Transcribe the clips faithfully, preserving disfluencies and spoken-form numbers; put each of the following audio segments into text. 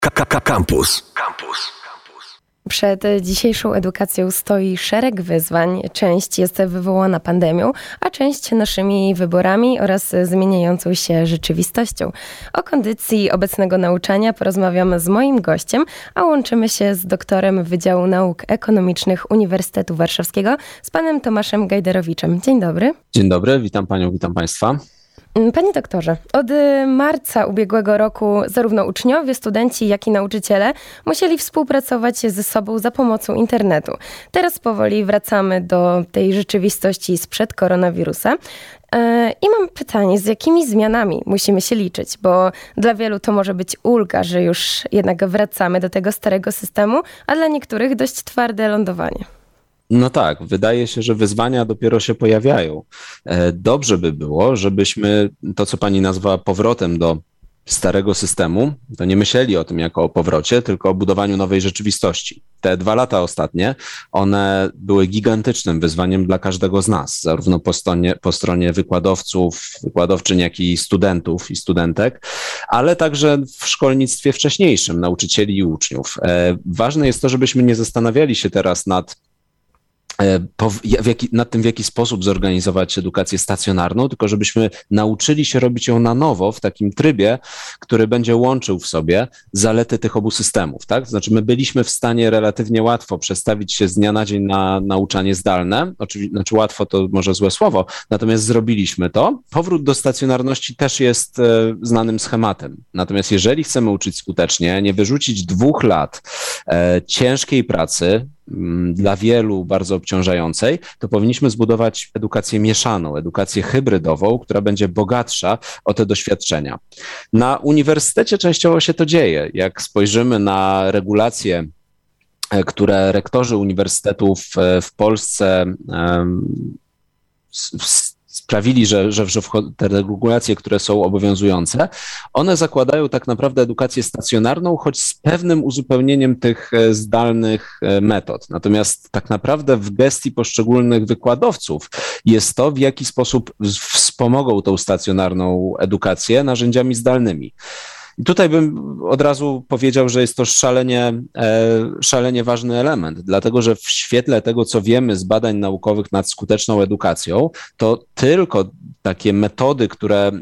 Campus. Campus. Przed dzisiejszą edukacją stoi szereg wyzwań. Część jest wywołana pandemią, a część naszymi wyborami oraz zmieniającą się rzeczywistością. O kondycji obecnego nauczania porozmawiam z moim gościem, a łączymy się z doktorem Wydziału Nauk Ekonomicznych Uniwersytetu Warszawskiego, z panem Tomaszem Gajderowiczem. Dzień dobry. Dzień dobry, witam panią, witam państwa. Panie doktorze, od marca ubiegłego roku zarówno uczniowie, studenci, jak i nauczyciele musieli współpracować ze sobą za pomocą internetu. Teraz powoli wracamy do tej rzeczywistości sprzed koronawirusa. I mam pytanie, z jakimi zmianami musimy się liczyć? Bo dla wielu to może być ulga, że już jednak wracamy do tego starego systemu, a dla niektórych dość twarde lądowanie. No tak, wydaje się, że wyzwania dopiero się pojawiają. Dobrze by było, żebyśmy to, co pani nazwała powrotem do starego systemu, to nie myśleli o tym jako o powrocie, tylko o budowaniu nowej rzeczywistości. Te dwa lata ostatnie, one były gigantycznym wyzwaniem dla każdego z nas, zarówno po stronie, po stronie wykładowców, wykładowczyń, jak i studentów i studentek, ale także w szkolnictwie wcześniejszym, nauczycieli i uczniów. Ważne jest to, żebyśmy nie zastanawiali się teraz nad W jaki, nad tym, w jaki sposób zorganizować edukację stacjonarną, tylko żebyśmy nauczyli się robić ją na nowo w takim trybie, który będzie łączył w sobie zalety tych obu systemów. Tak? To znaczy my byliśmy w stanie relatywnie łatwo przestawić się z dnia na dzień na nauczanie zdalne. Oczywiście, znaczy łatwo to może złe słowo, natomiast zrobiliśmy to. Powrót do stacjonarności też jest e, znanym schematem. Natomiast jeżeli chcemy uczyć skutecznie, nie wyrzucić dwóch lat e, ciężkiej pracy, dla wielu bardzo obciążającej, to powinniśmy zbudować edukację mieszaną, edukację hybrydową, która będzie bogatsza o te doświadczenia. Na uniwersytecie częściowo się to dzieje. Jak spojrzymy na regulacje, które rektorzy uniwersytetów w Polsce sprawili, że, że, że te regulacje, które są obowiązujące, one zakładają tak naprawdę edukację stacjonarną, choć z pewnym uzupełnieniem tych zdalnych metod. Natomiast tak naprawdę w gestii poszczególnych wykładowców jest to, w jaki sposób wspomogą tą stacjonarną edukację narzędziami zdalnymi. I tutaj bym od razu powiedział, że jest to szalenie, szalenie ważny element, dlatego że w świetle tego, co wiemy z badań naukowych nad skuteczną edukacją, to tylko takie metody, które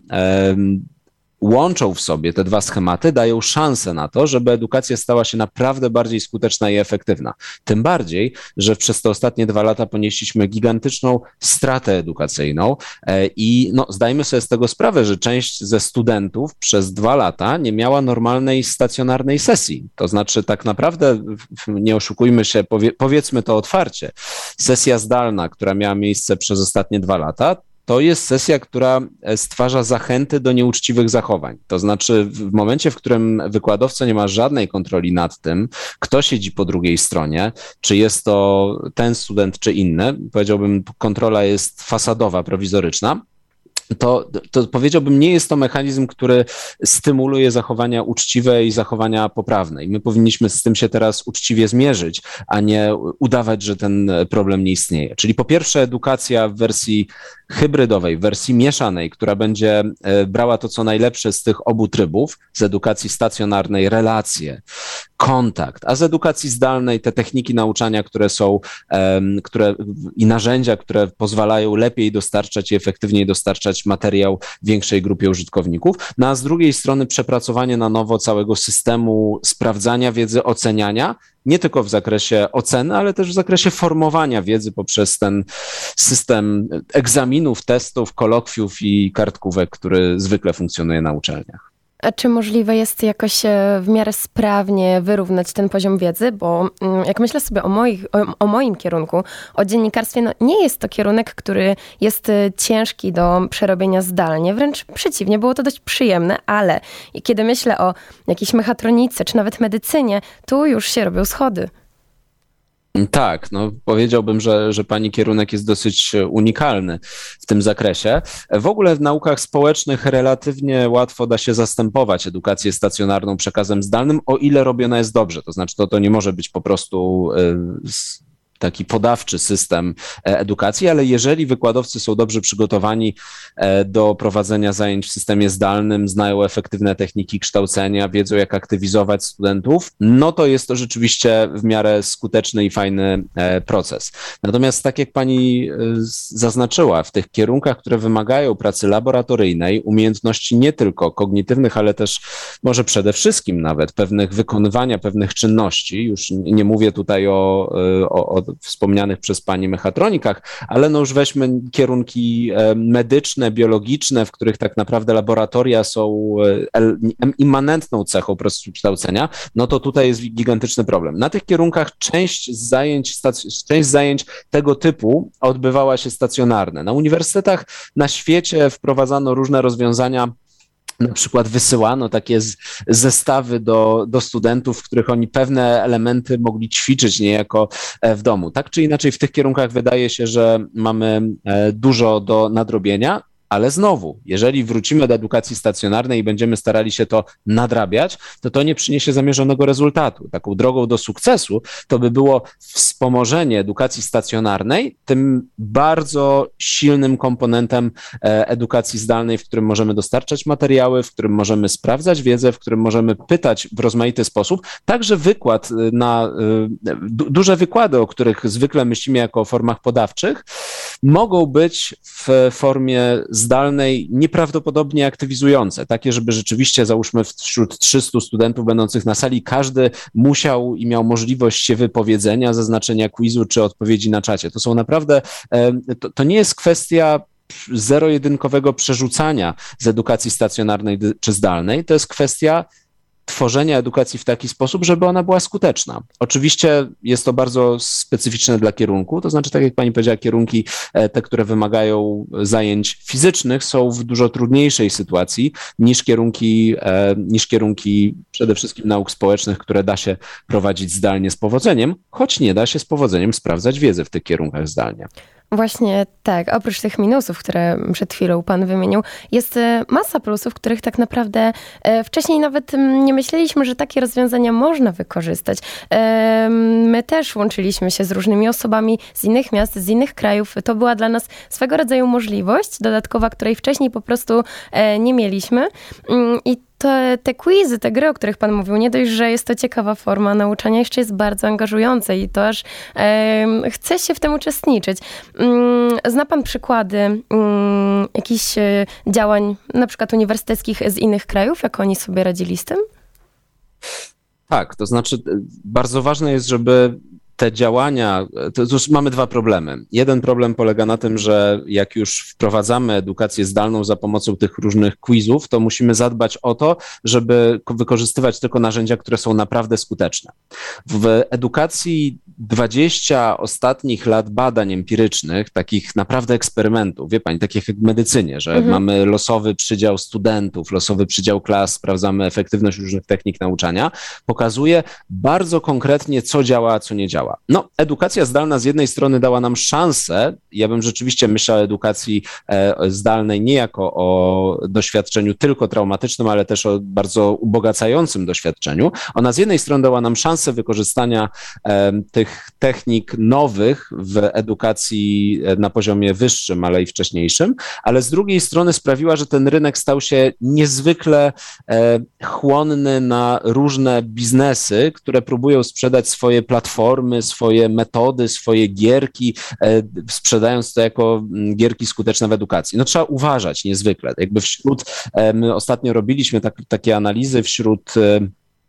łączą w sobie te dwa schematy, dają szansę na to, żeby edukacja stała się naprawdę bardziej skuteczna i efektywna. Tym bardziej, że przez te ostatnie dwa lata ponieśliśmy gigantyczną stratę edukacyjną i no, zdajmy sobie z tego sprawę, że część ze studentów przez dwa lata nie miała normalnej stacjonarnej sesji. To znaczy tak naprawdę, nie oszukujmy się, powie, powiedzmy to otwarcie, sesja zdalna, która miała miejsce przez ostatnie dwa lata, to jest sesja, która stwarza zachęty do nieuczciwych zachowań. To znaczy w momencie, w którym wykładowca nie ma żadnej kontroli nad tym, kto siedzi po drugiej stronie, czy jest to ten student, czy inny, powiedziałbym, kontrola jest fasadowa, prowizoryczna, To, to powiedziałbym, nie jest to mechanizm, który stymuluje zachowania uczciwe i zachowania poprawne. I my powinniśmy z tym się teraz uczciwie zmierzyć, a nie udawać, że ten problem nie istnieje. Czyli po pierwsze edukacja w wersji hybrydowej, w wersji mieszanej, która będzie brała to, co najlepsze z tych obu trybów, z edukacji stacjonarnej relacje, kontakt, a z edukacji zdalnej te techniki nauczania, które są które, i narzędzia, które pozwalają lepiej dostarczać i efektywniej dostarczać materiał większej grupie użytkowników, no a z drugiej strony przepracowanie na nowo całego systemu sprawdzania wiedzy, oceniania, nie tylko w zakresie oceny, ale też w zakresie formowania wiedzy poprzez ten system egzaminów, testów, kolokwiów i kartkówek, który zwykle funkcjonuje na uczelniach. A czy możliwe jest jakoś w miarę sprawnie wyrównać ten poziom wiedzy? Bo jak myślę sobie o, moich, o, o moim kierunku, o dziennikarstwie, no nie jest to kierunek, który jest ciężki do przerobienia zdalnie. Wręcz przeciwnie, było to dość przyjemne, ale kiedy myślę o jakiejś mechatronice, czy nawet medycynie, tu już się robią schody. Tak, no powiedziałbym, że, że pani kierunek jest dosyć unikalny w tym zakresie. W ogóle w naukach społecznych relatywnie łatwo da się zastępować edukację stacjonarną przekazem zdalnym, o ile robiona jest dobrze. To znaczy to, to nie może być po prostu y, taki podawczy system edukacji, ale jeżeli wykładowcy są dobrze przygotowani do prowadzenia zajęć w systemie zdalnym, znają efektywne techniki kształcenia, wiedzą jak aktywizować studentów, no to jest to rzeczywiście w miarę skuteczny i fajny proces. Natomiast tak jak pani zaznaczyła, w tych kierunkach, które wymagają pracy laboratoryjnej, umiejętności nie tylko kognitywnych, ale też może przede wszystkim nawet pewnych wykonywania pewnych czynności, już nie mówię tutaj o, o, o wspomnianych przez pani mechatronikach, ale no już weźmy kierunki medyczne, biologiczne, w których tak naprawdę laboratoria są immanentną cechą procesu kształcenia, no to tutaj jest gigantyczny problem. Na tych kierunkach część zajęć, część zajęć tego typu odbywała się stacjonarne. Na uniwersytetach na świecie wprowadzano różne rozwiązania. Na przykład wysyłano takie z, zestawy do, do studentów, w których oni pewne elementy mogli ćwiczyć niejako w domu. Tak czy inaczej w tych kierunkach wydaje się, że mamy dużo do nadrobienia. Ale znowu, jeżeli wrócimy do edukacji stacjonarnej i będziemy starali się to nadrabiać, to to nie przyniesie zamierzonego rezultatu. Taką drogą do sukcesu to by było wspomożenie edukacji stacjonarnej tym bardzo silnym komponentem edukacji zdalnej, w którym możemy dostarczać materiały, w którym możemy sprawdzać wiedzę, w którym możemy pytać w rozmaity sposób. Także wykład na du- duże wykłady, o których zwykle myślimy jako o formach podawczych, mogą być w formie zdalnej nieprawdopodobnie aktywizujące, takie, żeby rzeczywiście załóżmy wśród trzystu studentów będących na sali każdy musiał i miał możliwość się wypowiedzenia, zaznaczenia quizu czy odpowiedzi na czacie. To są naprawdę, to, to nie jest kwestia zero-jedynkowego przerzucania z edukacji stacjonarnej czy zdalnej, to jest kwestia tworzenia edukacji w taki sposób, żeby ona była skuteczna. Oczywiście jest to bardzo specyficzne dla kierunku, to znaczy, tak jak pani powiedziała, kierunki te, które wymagają zajęć fizycznych, są w dużo trudniejszej sytuacji niż kierunki, niż kierunki przede wszystkim nauk społecznych, które da się prowadzić zdalnie z powodzeniem, choć nie da się z powodzeniem sprawdzać wiedzy w tych kierunkach zdalnie. Właśnie tak, oprócz tych minusów, które przed chwilą pan wymienił, jest masa plusów, których tak naprawdę wcześniej nawet nie myśleliśmy, że takie rozwiązania można wykorzystać. My też łączyliśmy się z różnymi osobami z innych miast, z innych krajów. To była dla nas swego rodzaju możliwość dodatkowa, której wcześniej po prostu nie mieliśmy. I Te, te quizy, te gry, o których pan mówił, nie dość, że jest to ciekawa forma nauczania, jeszcze jest bardzo angażujące i to aż e, chce się w tym uczestniczyć. Zna pan przykłady um, jakichś działań, na przykład uniwersyteckich z innych krajów, jak oni sobie radzili z tym? Tak, to znaczy bardzo ważne jest, żeby te działania, to już mamy dwa problemy. Jeden problem polega na tym, że jak już wprowadzamy edukację zdalną za pomocą tych różnych quizów, to musimy zadbać o to, żeby wykorzystywać tylko narzędzia, które są naprawdę skuteczne. W edukacji dwadzieścia ostatnich lat badań empirycznych, takich naprawdę eksperymentów, wie pani, takich jak w medycynie, że mhm. mamy losowy przydział studentów, losowy przydział klas, sprawdzamy efektywność różnych technik nauczania, pokazuje bardzo konkretnie, co działa, a co nie działa. No, edukacja zdalna z jednej strony dała nam szansę, ja bym rzeczywiście myślał o edukacji e, zdalnej nie jako o doświadczeniu tylko traumatycznym, ale też o bardzo ubogacającym doświadczeniu. Ona z jednej strony dała nam szansę wykorzystania e, tych technik nowych w edukacji na poziomie wyższym, ale i wcześniejszym, ale z drugiej strony sprawiła, że ten rynek stał się niezwykle e, chłonny na różne biznesy, które próbują sprzedać swoje platformy, swoje metody, swoje gierki, e, sprzedając to jako gierki skuteczne w edukacji. No trzeba uważać niezwykle. Jakby wśród, e, my ostatnio robiliśmy tak, takie analizy wśród e,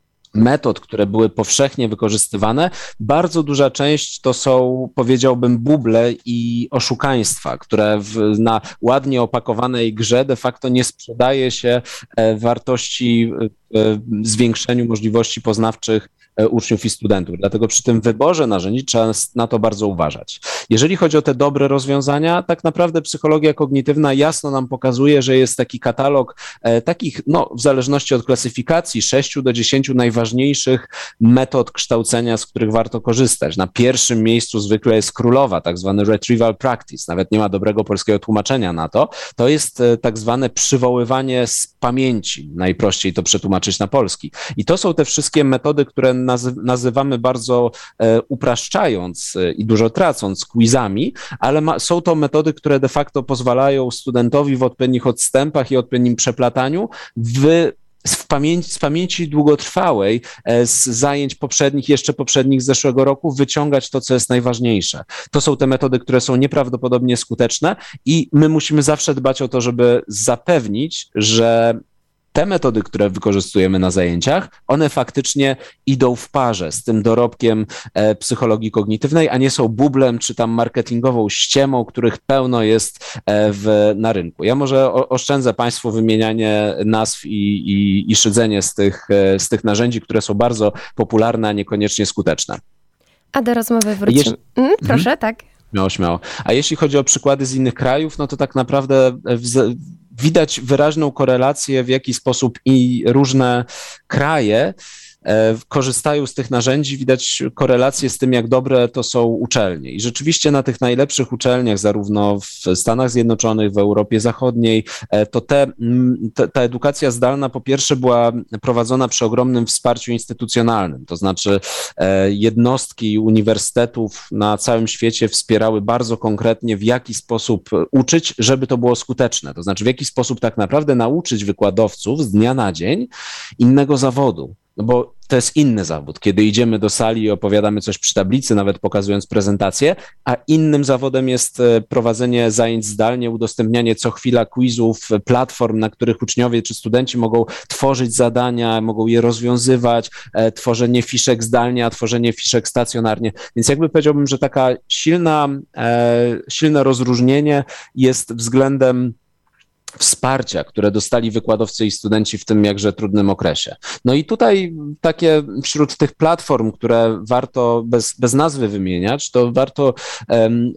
metod, które były powszechnie wykorzystywane, bardzo duża część to są, powiedziałbym, buble i oszukaństwa, które w, na ładnie opakowanej grze de facto nie sprzedaje się e, wartości w zwiększeniu możliwości poznawczych uczniów i studentów. Dlatego przy tym wyborze narzędzi trzeba na to bardzo uważać. Jeżeli chodzi o te dobre rozwiązania, tak naprawdę psychologia kognitywna jasno nam pokazuje, że jest taki katalog e, takich, no w zależności od klasyfikacji, sześciu do dziesięciu najważniejszych metod kształcenia, z których warto korzystać. Na pierwszym miejscu zwykle jest królowa, tak zwany retrieval practice. Nawet nie ma dobrego polskiego tłumaczenia na to. To jest e, tak zwane przywoływanie z pamięci. Najprościej to przetłumaczyć na polski. I to są te wszystkie metody, które nazy- nazywamy bardzo e, upraszczając e, i dużo tracąc quizami, ale ma, są to metody, które de facto pozwalają studentowi w odpowiednich odstępach i odpowiednim przeplataniu w Z pamięci, z pamięci długotrwałej, z zajęć poprzednich, jeszcze poprzednich z zeszłego roku, wyciągać to, co jest najważniejsze. To są te metody, które są nieprawdopodobnie skuteczne i my musimy zawsze dbać o to, żeby zapewnić, że te metody, które wykorzystujemy na zajęciach, one faktycznie idą w parze z tym dorobkiem e, psychologii kognitywnej, a nie są bublem czy tam marketingową ściemą, których pełno jest e, w, na rynku. Ja może o, oszczędzę Państwu wymienianie nazw i, i, i szydzenie z tych, e, z tych narzędzi, które są bardzo popularne, a niekoniecznie skuteczne. A do rozmowy wrócimy. Jeśli... Mm, proszę, mhm. tak. Śmiało, śmiało. A jeśli chodzi o przykłady z innych krajów, no to tak naprawdę w, widać wyraźną korelację, w jaki sposób i różne kraje korzystają z tych narzędzi, widać korelację z tym, jak dobre to są uczelnie. I rzeczywiście na tych najlepszych uczelniach, zarówno w Stanach Zjednoczonych, w Europie Zachodniej, to te, te, ta edukacja zdalna po pierwsze była prowadzona przy ogromnym wsparciu instytucjonalnym, to znaczy jednostki uniwersytetów na całym świecie wspierały bardzo konkretnie, w jaki sposób uczyć, żeby to było skuteczne, to znaczy w jaki sposób tak naprawdę nauczyć wykładowców z dnia na dzień innego zawodu. No bo to jest inny zawód, kiedy idziemy do sali i opowiadamy coś przy tablicy, nawet pokazując prezentację, a innym zawodem jest prowadzenie zajęć zdalnie, udostępnianie co chwila quizów, platform, na których uczniowie czy studenci mogą tworzyć zadania, mogą je rozwiązywać, tworzenie fiszek zdalnie, a tworzenie fiszek stacjonarnie. Więc jakby powiedziałbym, że taka silna, silne rozróżnienie jest względem wsparcia, które dostali wykładowcy i studenci w tym jakże trudnym okresie. No i tutaj takie wśród tych platform, które warto bez, bez nazwy wymieniać, to warto um,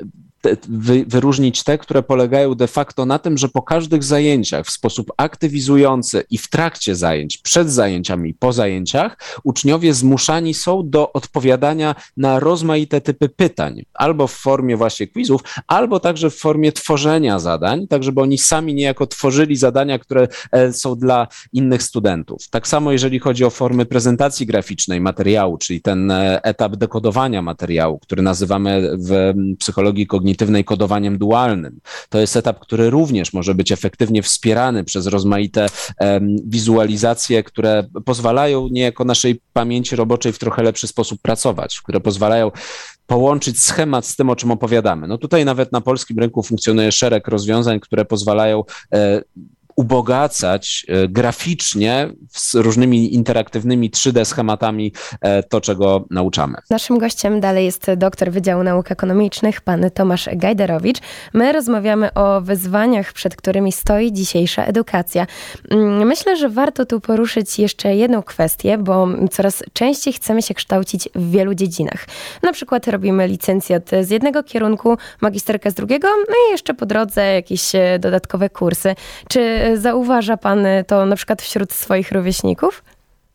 Wy, wyróżnić te, które polegają de facto na tym, że po każdych zajęciach w sposób aktywizujący i w trakcie zajęć, przed zajęciami i po zajęciach uczniowie zmuszani są do odpowiadania na rozmaite typy pytań, albo w formie właśnie quizów, albo także w formie tworzenia zadań, tak żeby oni sami niejako tworzyli zadania, które są dla innych studentów. Tak samo jeżeli chodzi o formy prezentacji graficznej materiału, czyli ten etap dekodowania materiału, który nazywamy w psychologii kognitywnej kodowaniem dualnym. To jest etap, który również może być efektywnie wspierany przez rozmaite um, wizualizacje, które pozwalają niejako naszej pamięci roboczej w trochę lepszy sposób pracować, które pozwalają połączyć schemat z tym, o czym opowiadamy. No tutaj nawet na polskim rynku funkcjonuje szereg rozwiązań, które pozwalają e, ubogacać graficznie z różnymi interaktywnymi trzy D schematami to, czego nauczamy. Naszym gościem dalej jest doktor Wydziału Nauk Ekonomicznych, pan Tomasz Gajderowicz. My rozmawiamy o wyzwaniach, przed którymi stoi dzisiejsza edukacja. Myślę, że warto tu poruszyć jeszcze jedną kwestię, bo coraz częściej chcemy się kształcić w wielu dziedzinach. Na przykład robimy licencjat z jednego kierunku, magisterkę z drugiego, no i jeszcze po drodze jakieś dodatkowe kursy. Czy zauważa pan to na przykład wśród swoich rówieśników?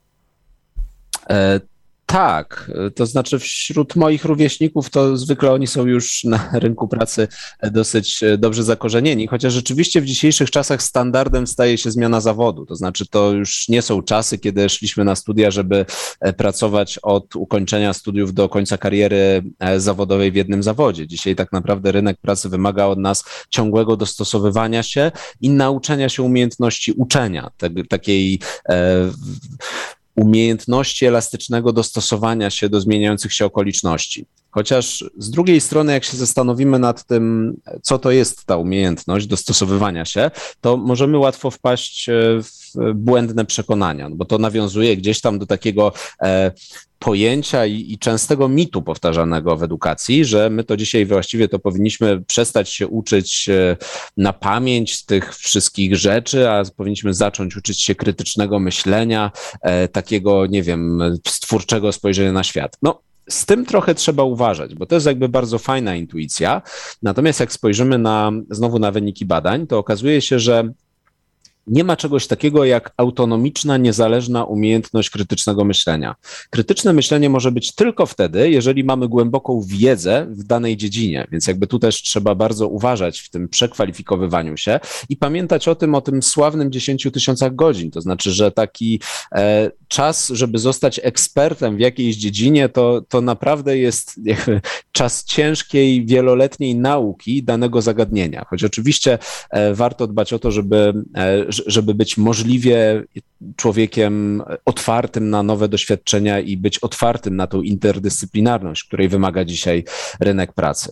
E, tak, to znaczy wśród moich rówieśników to zwykle oni są już na rynku pracy dosyć dobrze zakorzenieni, chociaż rzeczywiście w dzisiejszych czasach standardem staje się zmiana zawodu, to znaczy to już nie są czasy, kiedy szliśmy na studia, żeby pracować od ukończenia studiów do końca kariery zawodowej w jednym zawodzie. Dzisiaj tak naprawdę rynek pracy wymaga od nas ciągłego dostosowywania się i nauczenia się umiejętności uczenia, te, takiej e, umiejętności elastycznego dostosowania się do zmieniających się okoliczności. Chociaż z drugiej strony, jak się zastanowimy nad tym, co to jest ta umiejętność dostosowywania się, to możemy łatwo wpaść w błędne przekonania, bo to nawiązuje gdzieś tam do takiego e, pojęcia i, i częstego mitu powtarzanego w edukacji, że my to dzisiaj właściwie to powinniśmy przestać się uczyć na pamięć tych wszystkich rzeczy, a powinniśmy zacząć uczyć się krytycznego myślenia, e, takiego, nie wiem, stwórczego spojrzenia na świat. No, z tym trochę trzeba uważać, bo to jest jakby bardzo fajna intuicja. Natomiast jak spojrzymy na, znowu na wyniki badań, to okazuje się, że nie ma czegoś takiego jak autonomiczna, niezależna umiejętność krytycznego myślenia. Krytyczne myślenie może być tylko wtedy, jeżeli mamy głęboką wiedzę w danej dziedzinie, więc jakby tu też trzeba bardzo uważać w tym przekwalifikowywaniu się i pamiętać o tym, o tym sławnym dziesięciu tysiącach godzin, to znaczy, że taki e, czas, żeby zostać ekspertem w jakiejś dziedzinie, to, to naprawdę jest jakby czas ciężkiej, wieloletniej nauki danego zagadnienia, choć oczywiście e, warto dbać o to, żeby e, żeby być możliwie człowiekiem otwartym na nowe doświadczenia i być otwartym na tą interdyscyplinarność, której wymaga dzisiaj rynek pracy.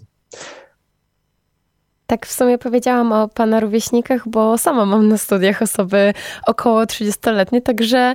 Tak w sumie powiedziałam o pana rówieśnikach, bo sama mam na studiach osoby około trzydziestoletnie, także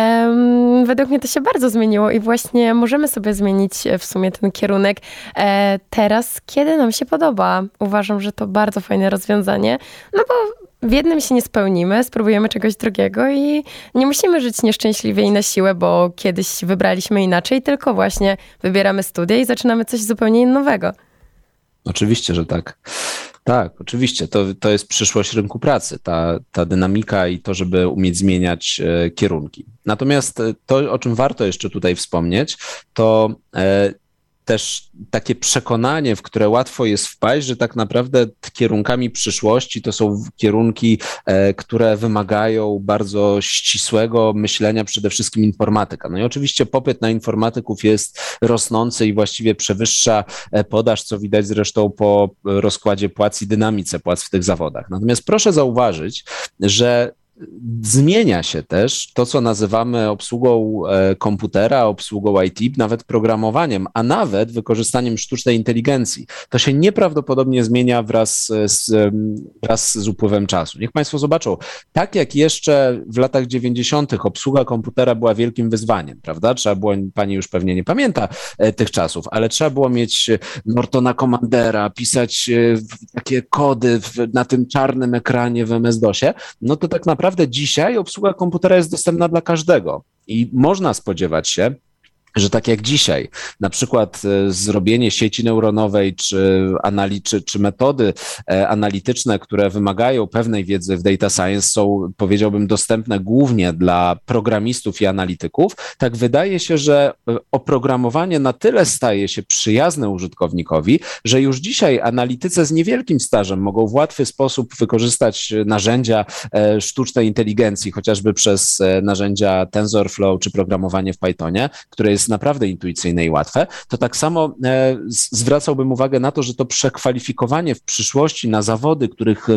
um, według mnie to się bardzo zmieniło i właśnie możemy sobie zmienić w sumie ten kierunek e, teraz, kiedy nam się podoba. Uważam, że to bardzo fajne rozwiązanie, no bo w jednym się nie spełnimy, spróbujemy czegoś drugiego i nie musimy żyć nieszczęśliwie i na siłę, bo kiedyś wybraliśmy inaczej, tylko właśnie wybieramy studia i zaczynamy coś zupełnie nowego. Oczywiście, że tak. Tak, oczywiście. To, to jest przyszłość rynku pracy, ta, ta dynamika i to, żeby umieć zmieniać e, kierunki. Natomiast to, o czym warto jeszcze tutaj wspomnieć, to e, też takie przekonanie, w które łatwo jest wpaść, że tak naprawdę kierunkami przyszłości to są kierunki, e, które wymagają bardzo ścisłego myślenia, przede wszystkim informatyka. No i oczywiście popyt na informatyków jest rosnący i właściwie przewyższa podaż, co widać zresztą po rozkładzie płac i dynamice płac w tych zawodach. Natomiast proszę zauważyć, że zmienia się też to, co nazywamy obsługą komputera, obsługą I T, nawet programowaniem, a nawet wykorzystaniem sztucznej inteligencji. To się nieprawdopodobnie zmienia wraz z, wraz z upływem czasu. Niech Państwo zobaczą, tak jak jeszcze w latach dziewięćdziesiątych obsługa komputera była wielkim wyzwaniem, prawda? Trzeba było, Pani już pewnie nie pamięta tych czasów, ale trzeba było mieć Nortona Commandera, pisać takie kody na tym czarnym ekranie w M S DOSie, no to tak naprawdę Naprawdę dzisiaj obsługa komputera jest dostępna dla każdego i można spodziewać się, że tak jak dzisiaj, na przykład zrobienie sieci neuronowej czy, anali- czy, czy metody analityczne, które wymagają pewnej wiedzy w data science są, powiedziałbym, dostępne głównie dla programistów i analityków, tak wydaje się, że oprogramowanie na tyle staje się przyjazne użytkownikowi, że już dzisiaj analitycy z niewielkim stażem mogą w łatwy sposób wykorzystać narzędzia sztucznej inteligencji, chociażby przez narzędzia TensorFlow czy programowanie w Pythonie, które jest naprawdę intuicyjne i łatwe, to tak samo e, zwracałbym uwagę na to, że to przekwalifikowanie w przyszłości na zawody, których,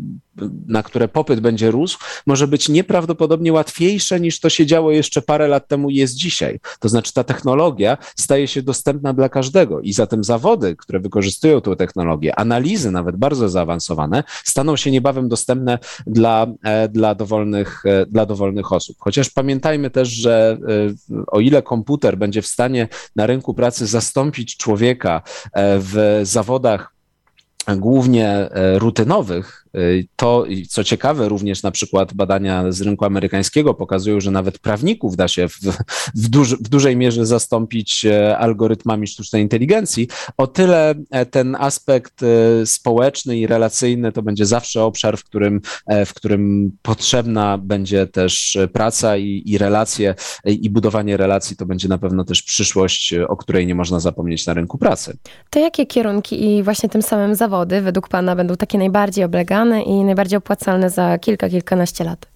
na które popyt będzie rósł, może być nieprawdopodobnie łatwiejsze niż to się działo jeszcze parę lat temu i jest dzisiaj. To znaczy ta technologia staje się dostępna dla każdego i zatem zawody, które wykorzystują tę technologię, analizy nawet bardzo zaawansowane, staną się niebawem dostępne dla, e, dla, dowolnych, e, dla dowolnych osób. Chociaż pamiętajmy też, że e, o ile komputer będzie w stanie na rynku pracy zastąpić człowieka w zawodach głównie rutynowych, to, co ciekawe, również na przykład badania z rynku amerykańskiego pokazują, że nawet prawników da się w, w, duży, w dużej mierze zastąpić algorytmami sztucznej inteligencji. O tyle ten aspekt społeczny i relacyjny to będzie zawsze obszar, w którym, w którym potrzebna będzie też praca i, i relacje i budowanie relacji to będzie na pewno też przyszłość, o której nie można zapomnieć na rynku pracy. To jakie kierunki i właśnie tym samym zawody według Pana będą takie najbardziej oblegane i najbardziej opłacalne za kilka, kilkanaście lat?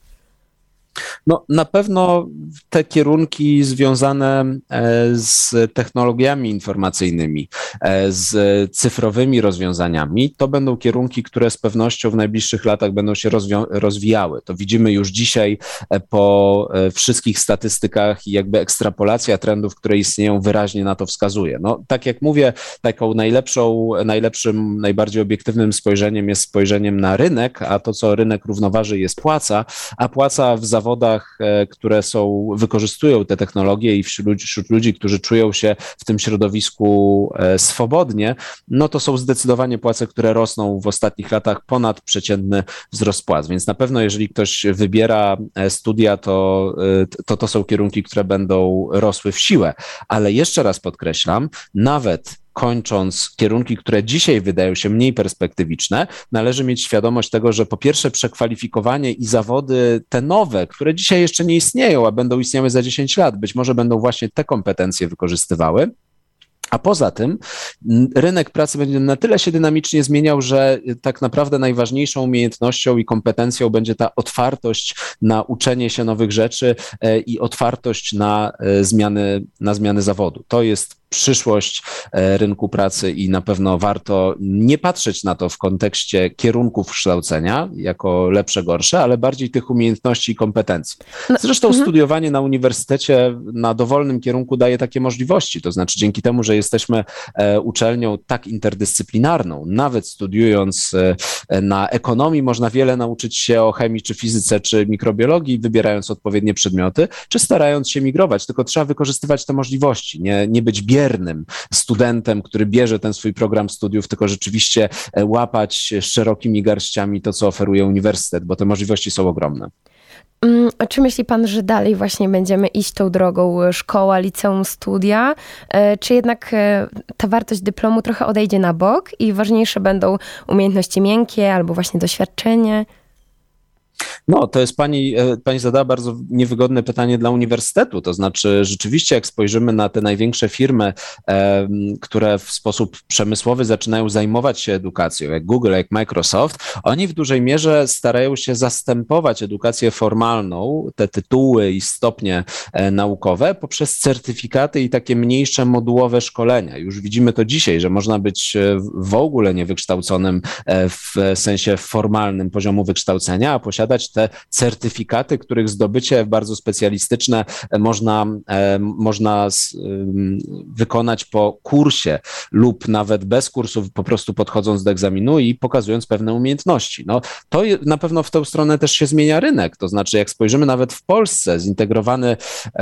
No, na pewno te kierunki związane z technologiami informacyjnymi, z cyfrowymi rozwiązaniami, to będą kierunki, które z pewnością w najbliższych latach będą się rozwią- rozwijały. To widzimy już dzisiaj po wszystkich statystykach i jakby ekstrapolacja trendów, które istnieją, wyraźnie na to wskazuje. No, tak jak mówię, taką najlepszą, najlepszym, najbardziej obiektywnym spojrzeniem jest spojrzeniem na rynek, a to, co rynek równoważy, jest płaca, a płaca w zawodach zawodach, które są, wykorzystują te technologie i wśród, wśród ludzi, którzy czują się w tym środowisku swobodnie, no to są zdecydowanie płace, które rosną w ostatnich latach ponad przeciętny wzrost płac. Więc na pewno, jeżeli ktoś wybiera studia, to to, to są kierunki, które będą rosły w siłę. Ale jeszcze raz podkreślam, nawet kończąc kierunki, które dzisiaj wydają się mniej perspektywiczne, należy mieć świadomość tego, że po pierwsze przekwalifikowanie i zawody te nowe, które dzisiaj jeszcze nie istnieją, a będą istniały za dziesięć lat, być może będą właśnie te kompetencje wykorzystywały. A poza tym rynek pracy będzie na tyle się dynamicznie zmieniał, że tak naprawdę najważniejszą umiejętnością i kompetencją będzie ta otwartość na uczenie się nowych rzeczy i otwartość na zmiany, na zmiany zawodu. To jest przyszłość rynku pracy i na pewno warto nie patrzeć na to w kontekście kierunków kształcenia jako lepsze, gorsze, ale bardziej tych umiejętności i kompetencji. Zresztą mhm. studiowanie na uniwersytecie na dowolnym kierunku daje takie możliwości, to znaczy dzięki temu, że jesteśmy uczelnią tak interdyscyplinarną, nawet studiując na ekonomii można wiele nauczyć się o chemii, czy fizyce, czy mikrobiologii, wybierając odpowiednie przedmioty, czy starając się migrować, tylko trzeba wykorzystywać te możliwości, nie, nie być biernym studentem, który bierze ten swój program studiów, tylko rzeczywiście łapać szerokimi garściami to, co oferuje uniwersytet, bo te możliwości są ogromne. A czy myśli pan, że dalej właśnie będziemy iść tą drogą szkoła, liceum, studia, czy jednak ta wartość dyplomu trochę odejdzie na bok i ważniejsze będą umiejętności miękkie albo właśnie doświadczenie? No, to jest pani, pani zadała bardzo niewygodne pytanie dla uniwersytetu, to znaczy rzeczywiście jak spojrzymy na te największe firmy, e, które w sposób przemysłowy zaczynają zajmować się edukacją, jak Google, jak Microsoft, oni w dużej mierze starają się zastępować edukację formalną, te tytuły i stopnie e, naukowe poprzez certyfikaty i takie mniejsze modułowe szkolenia. Już widzimy to dzisiaj, że można być w ogóle niewykształconym e, w sensie formalnym poziomu wykształcenia, a posiadać te certyfikaty, których zdobycie bardzo specjalistyczne można, można wykonać po kursie lub nawet bez kursów, po prostu podchodząc do egzaminu i pokazując pewne umiejętności. No, to na pewno w tę stronę też się zmienia rynek, to znaczy jak spojrzymy nawet w Polsce, zintegrowany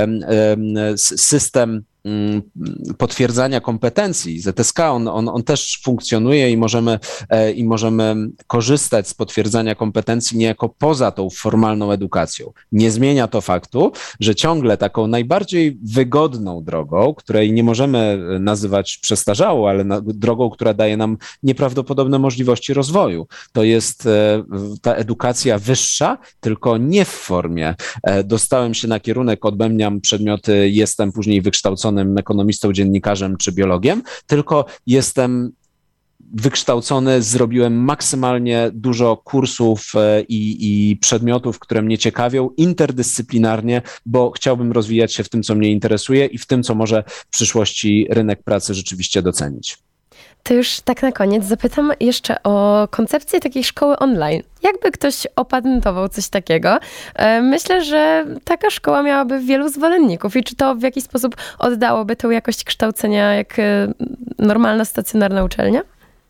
system potwierdzania kompetencji, Z S K, on, on, on też funkcjonuje i możemy, i możemy korzystać z potwierdzania kompetencji niejako poza tą formalną edukacją. Nie zmienia to faktu, że ciągle taką najbardziej wygodną drogą, której nie możemy nazywać przestarzałą, ale na, drogą, która daje nam nieprawdopodobne możliwości rozwoju, to jest ta edukacja wyższa, tylko nie w formie dostałem się na kierunek, odbębniam przedmioty, jestem później wykształcony ekonomistą, dziennikarzem czy biologiem, tylko jestem wykształcony, zrobiłem maksymalnie dużo kursów i, i przedmiotów, które mnie ciekawią interdyscyplinarnie, bo chciałbym rozwijać się w tym, co mnie interesuje i w tym, co może w przyszłości rynek pracy rzeczywiście docenić. To już tak na koniec zapytam jeszcze o koncepcję takiej szkoły online. Jakby ktoś opatentował coś takiego, myślę, że taka szkoła miałaby wielu zwolenników i czy to w jakiś sposób oddałoby tę jakość kształcenia jak normalna stacjonarna uczelnia?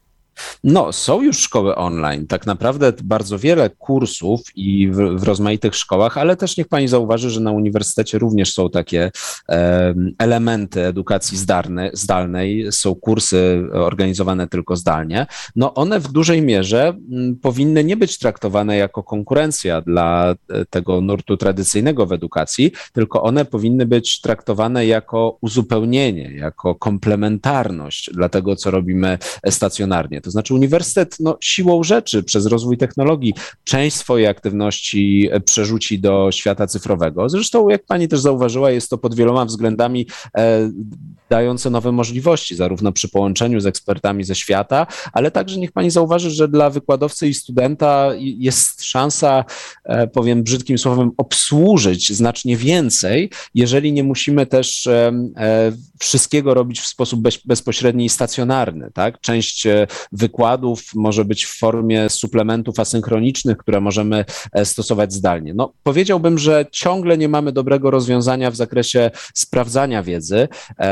No, są już szkoły online, tak naprawdę bardzo wiele kursów i w, w rozmaitych szkołach, ale też niech pani zauważy, że na uniwersytecie również są takie e, elementy edukacji zdalnej, zdalnej, są kursy organizowane tylko zdalnie. No one w dużej mierze m, powinny nie być traktowane jako konkurencja dla tego nurtu tradycyjnego w edukacji, tylko one powinny być traktowane jako uzupełnienie, jako komplementarność dla tego, co robimy stacjonarnie. To znaczy uniwersytet no, siłą rzeczy przez rozwój technologii część swojej aktywności przerzuci do świata cyfrowego. Zresztą, jak pani też zauważyła, jest to pod wieloma względami e, dające nowe możliwości, zarówno przy połączeniu z ekspertami ze świata, ale także niech pani zauważy, że dla wykładowcy i studenta jest szansa, e, powiem brzydkim słowem, obsłużyć znacznie więcej, jeżeli nie musimy też e, e, wszystkiego robić w sposób bez, bezpośredni i stacjonarny. Tak? Część wykładów może być w formie suplementów asynchronicznych, które możemy stosować zdalnie. No, powiedziałbym, że ciągle nie mamy dobrego rozwiązania w zakresie sprawdzania wiedzy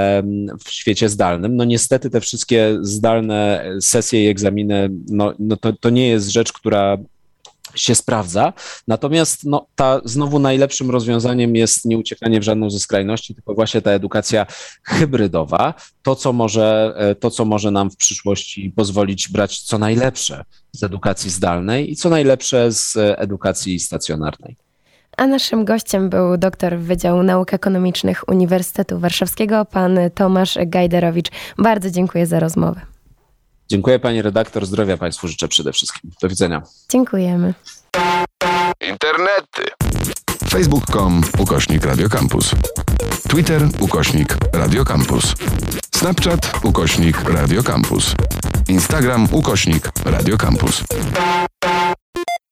w świecie zdalnym. No niestety te wszystkie zdalne sesje i egzaminy, no, no to, to nie jest rzecz, która się sprawdza, natomiast no, ta znowu najlepszym rozwiązaniem jest nie uciekanie w żadną ze skrajności, tylko właśnie ta edukacja hybrydowa, to co może, to, co może nam w przyszłości pozwolić brać co najlepsze z edukacji zdalnej i co najlepsze z edukacji stacjonarnej. A naszym gościem był doktor Wydziału Nauk Ekonomicznych Uniwersytetu Warszawskiego, pan Tomasz Gajderowicz. Bardzo dziękuję za rozmowę. Dziękuję pani redaktor, zdrowia państwu życzę przede wszystkim. Do widzenia. Dziękujemy. Internety. Facebook kropka com ukośnik Radio Campus. Twitter ukośnik Radio Campus. Snapchat ukośnik Radio Campus. Instagram ukośnik Radio Campus.